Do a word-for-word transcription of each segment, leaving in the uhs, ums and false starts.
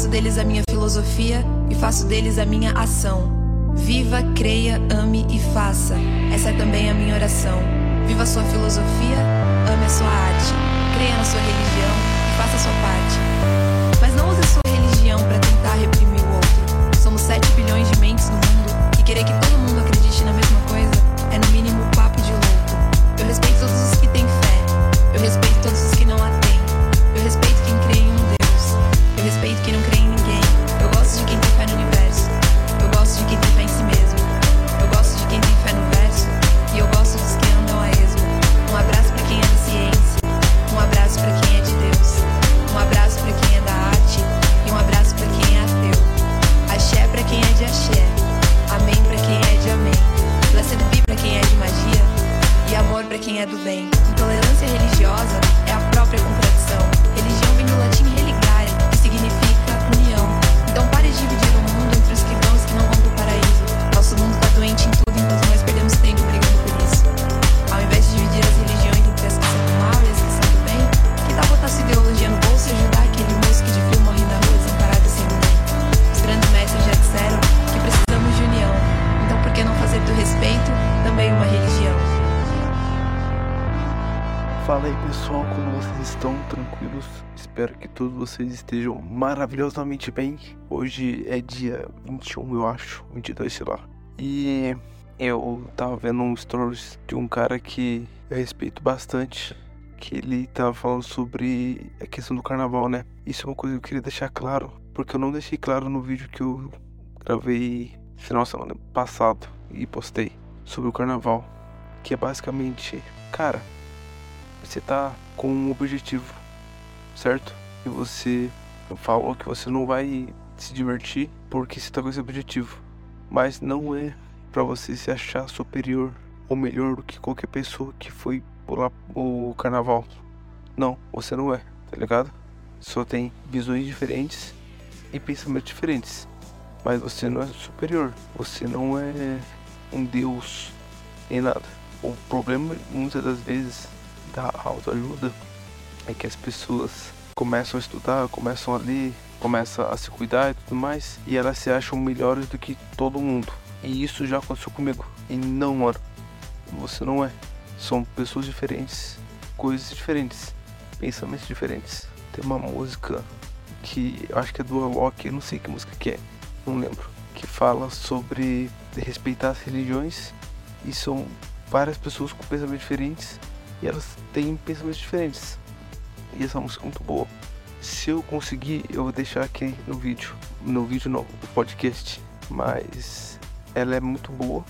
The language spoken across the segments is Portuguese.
deles a minha filosofia e faço deles a minha ação. Viva, creia, ame e faça. Essa é também a minha oração. Viva a sua filosofia, ame a sua arte. Creia na sua religião e faça a sua parte. Mas não use a sua religião para tentar reprimir o outro. Somos sete bilhões de mentes no mundo e querer que todo mundo acredite na mesma coisa é no mínimo papo de louco. Eu respeito todos os que têm fé. Eu respeito todos os que não a têm. Eu respeito quem crê em um Deus. Eu respeito quem não crê em ninguém. Eu gosto de quem tem fé no universo. Eu gosto de quem tem fé em si mesmo. Eu gosto de quem tem fé no verso. E eu gosto dos que andam a esmo. Um abraço pra quem é da ciência. Um abraço pra quem é de Deus. Um abraço pra quem é da arte. E um abraço pra quem é ateu. Axé pra quem é de axé. Amém pra quem é de amém. Blessed be pra quem é de magia. E amor pra quem é do bem. Intolerância religiosa é a própria contradição. Religião vem do latim religare, que significa união. Então pare de dividir o mundo entre os que vão e os que não vão pro paraíso. Nosso mundo tá doente em tudo, enquanto nós perdemos tempo brigando por isso. Ao invés de dividir as religiões entre as que são do mal e as que são do bem, que tal botar sua ideologia no bolso e ajudar aquele moço que de frio morre na rua desamparado e sem ninguém? Os grandes mestres já disseram que precisamos de união. Então por que não fazer do respeito também uma religião? Fala aí pessoal, como vocês estão? Tranquilos? Espero que todos vocês estejam maravilhosamente bem. Hoje é dia vinte e um, eu acho, vinte e dois, sei lá. E eu tava vendo um stories de um cara que eu respeito bastante, que ele tava falando sobre a questão do carnaval, né? Isso é uma coisa que eu queria deixar claro, porque eu não deixei claro no vídeo que eu gravei final de semana passado e postei sobre o carnaval, que é basicamente, cara, você tá com um objetivo, certo? E você falou que você não vai se divertir porque você tá com esse objetivo. Mas não é pra você se achar superior ou melhor do que qualquer pessoa que foi pular o carnaval. Não, você não é, tá ligado? Só tem visões diferentes e pensamentos diferentes. Mas você não é superior, você não é um deus nem nada. O problema muitas das vezes da autoajuda é que as pessoas começam a estudar, começam a ler, começam a se cuidar e tudo mais, e elas se acham melhores do que todo mundo. E isso já aconteceu comigo. E não, mano, você não é. São pessoas diferentes, coisas diferentes, pensamentos diferentes. Tem uma música que eu acho que é do Alok, eu não sei que música que é, não lembro, que fala sobre respeitar as religiões, e são várias pessoas com pensamentos diferentes e elas têm pensamentos diferentes. E essa música é muito boa. Se eu conseguir, eu vou deixar aqui no vídeo. No vídeo não, no podcast. Mas ela é muito boa.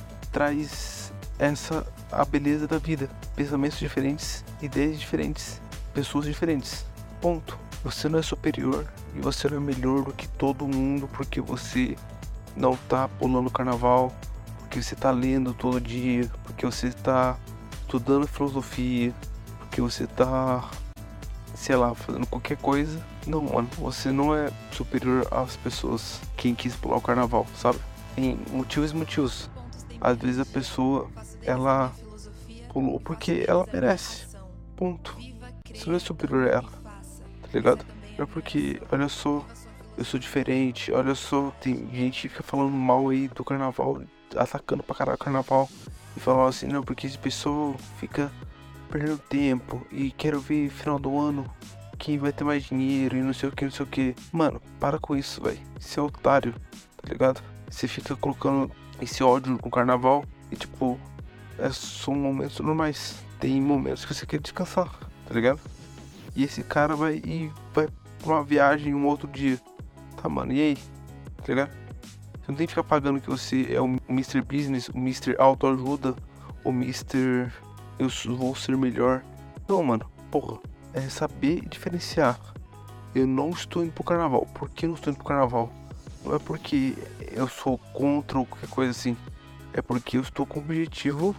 Traz essa a beleza da vida. Pensamentos diferentes, ideias diferentes, pessoas diferentes. Ponto. Você não é superior e você não é melhor do que todo mundo porque você não tá pulando carnaval, porque você tá lendo todo dia, porque você tá estudando filosofia, porque você tá, sei lá, fazendo qualquer coisa. Não, mano, você não é superior às pessoas. Quem quis pular o carnaval, sabe? Tem motivos e motivos. Às vezes a pessoa, ela pulou porque ela merece. Ponto. Você não é superior a ela, tá ligado? É porque, olha só, eu sou diferente, olha só, tem gente que fica falando mal aí do carnaval, atacando pra caralho o carnaval. E falar assim, não, porque esse pessoal fica perdendo tempo e quero ver final do ano quem vai ter mais dinheiro e não sei o que, não sei o que. Mano, para com isso, velho. Você é otário, tá ligado? Você fica colocando esse ódio no carnaval e tipo, é, são momentos normais. Tem momentos que você quer descansar, tá ligado? E esse cara vai e vai pra uma viagem um outro dia. Tá, mano, e aí? Tá ligado? Você não tem que ficar pagando que você é o mister Business, o mister Autoajuda, o mister Eu vou ser melhor. Não, mano, porra, é saber diferenciar. Eu não estou indo pro carnaval. Por que eu não estou indo pro carnaval? Não é porque eu sou contra ou qualquer coisa assim. É porque eu estou com o objetivo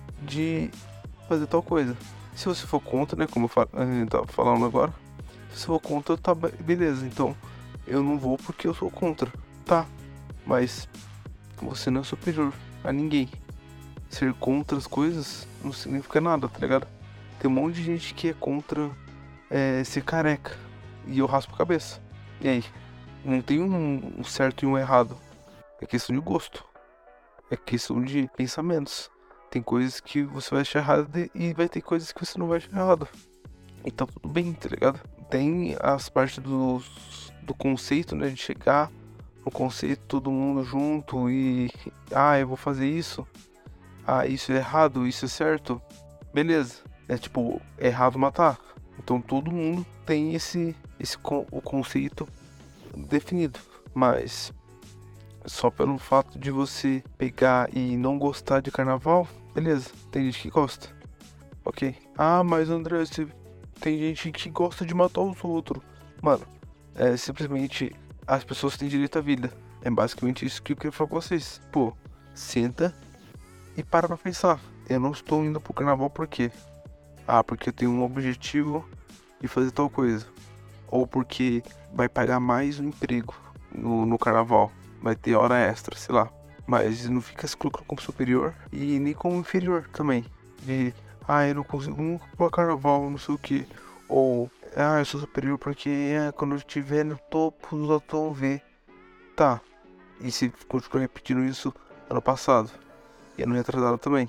de fazer tal coisa. Se você for contra, né, como eu tava falando agora, se você for contra, tá beleza. Então, eu não vou porque eu sou contra, tá? Mas você não é superior a ninguém. Ser contra as coisas não significa nada, tá ligado? Tem um monte de gente que é contra é, ser careca. E eu raspo a cabeça. E aí? Não tem um, um certo e um errado. É questão de gosto. É questão de pensamentos. Tem coisas que você vai achar errado e vai ter coisas que você não vai achar errado. E tá tudo bem, tá ligado? Tem as partes do, do conceito, né? De chegar no conceito, todo mundo junto e... Ah, eu vou fazer isso. Ah, isso é errado, isso é certo. Beleza. É tipo, é errado matar. Então todo mundo tem esse, esse o conceito definido. Mas só pelo fato de você pegar e não gostar de carnaval, beleza, tem gente que gosta. Ok. Ah, mas André, você... tem gente que gosta de matar os outros. Mano, é simplesmente as pessoas têm direito à vida. É basicamente isso que eu quero falar com vocês. Pô, senta e para pra pensar. Eu não estou indo pro carnaval por quê? Ah, porque eu tenho um objetivo de fazer tal coisa. Ou porque vai pagar mais um emprego no, no carnaval. Vai ter hora extra, sei lá. Mas não fica se colocando como superior e nem como inferior também. De, ah, eu não consigo nunca pro carnaval, não sei o que. Ou, ah, eu sou superior porque é, quando eu estiver no topo, os outros vão ver. Tá. E se continuar repetindo isso ano passado? E ano retrasado também.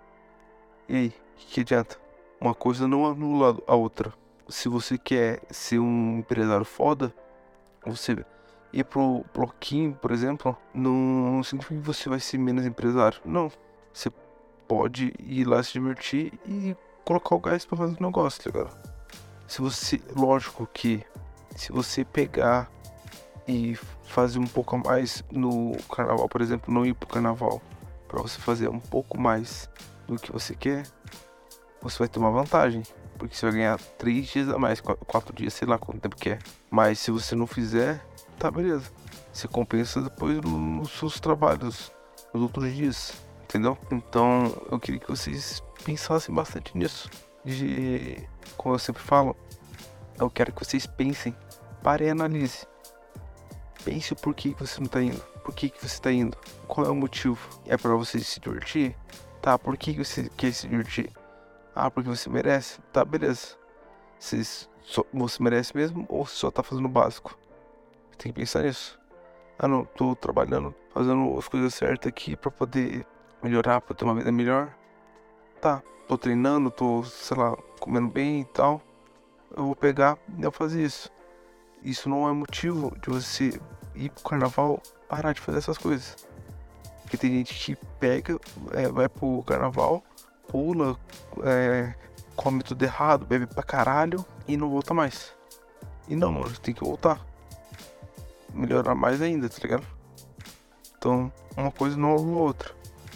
E aí, o que, que adianta? Uma coisa não anula a outra. Se você quer ser um empresário foda, você ir pro bloquinho, por exemplo, não, não significa que você vai ser menos empresário. Não. Você pode ir lá se divertir e colocar o gás pra fazer o negócio, tá ligado? Se você, lógico que se você pegar e fazer um pouco a mais no carnaval, por exemplo, não ir pro carnaval, pra você fazer um pouco mais do que você quer, você vai ter uma vantagem, porque você vai ganhar três dias a mais, quatro, quatro dias, sei lá quanto tempo que é. Mas se você não fizer, tá, beleza. Você compensa depois nos seus trabalhos, nos outros dias, entendeu? Então eu queria que vocês pensassem bastante nisso. De, como eu sempre falo, eu quero que vocês pensem, parem e analise. Pense o porquê que você não tá indo. Por que que você tá indo? Qual é o motivo? É pra você se divertir? Tá, por que que você quer se divertir? Ah, porque você merece? Tá, beleza. Você, só, você merece mesmo ou você só tá fazendo o básico? Você tem que pensar nisso. Ah não, tô trabalhando, fazendo as coisas certas aqui pra poder melhorar, pra ter uma vida melhor. Tá, tô treinando, tô, sei lá, comendo bem e tal. Eu vou pegar e eu fazer isso. Isso não é motivo de você ir pro carnaval parar de fazer essas coisas. Porque tem gente que pega, é, vai pro carnaval, pula, é, come tudo errado, bebe pra caralho e não volta mais. E não, mano, você tem que voltar. Melhorar mais ainda, tá ligado? Então, uma coisa não anula a outra.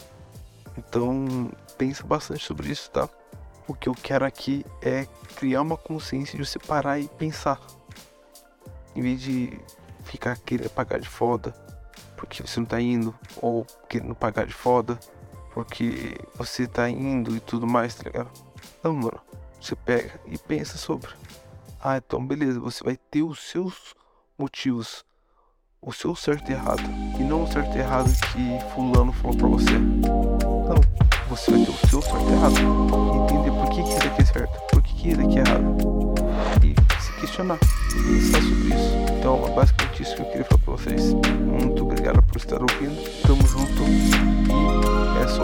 Então, pensa bastante sobre isso, tá? O que eu quero aqui é criar uma consciência de você parar e pensar. Em vez de ficar querendo pagar de foda porque você não tá indo, ou querendo pagar de foda porque você tá indo e tudo mais, tá ligado? Não, mano, você pega e pensa sobre. Ah, então beleza, você vai ter os seus motivos, o seu certo e errado, e não o certo e errado que fulano falou pra você. Não, você vai ter o seu certo e errado, e entender por que que isso daqui é certo, por que que isso daqui é errado, e se questionar, e pensar sobre isso. Então é basicamente isso que eu queria falar pra vocês. Muito obrigado por estar ouvindo, tamo junto, e é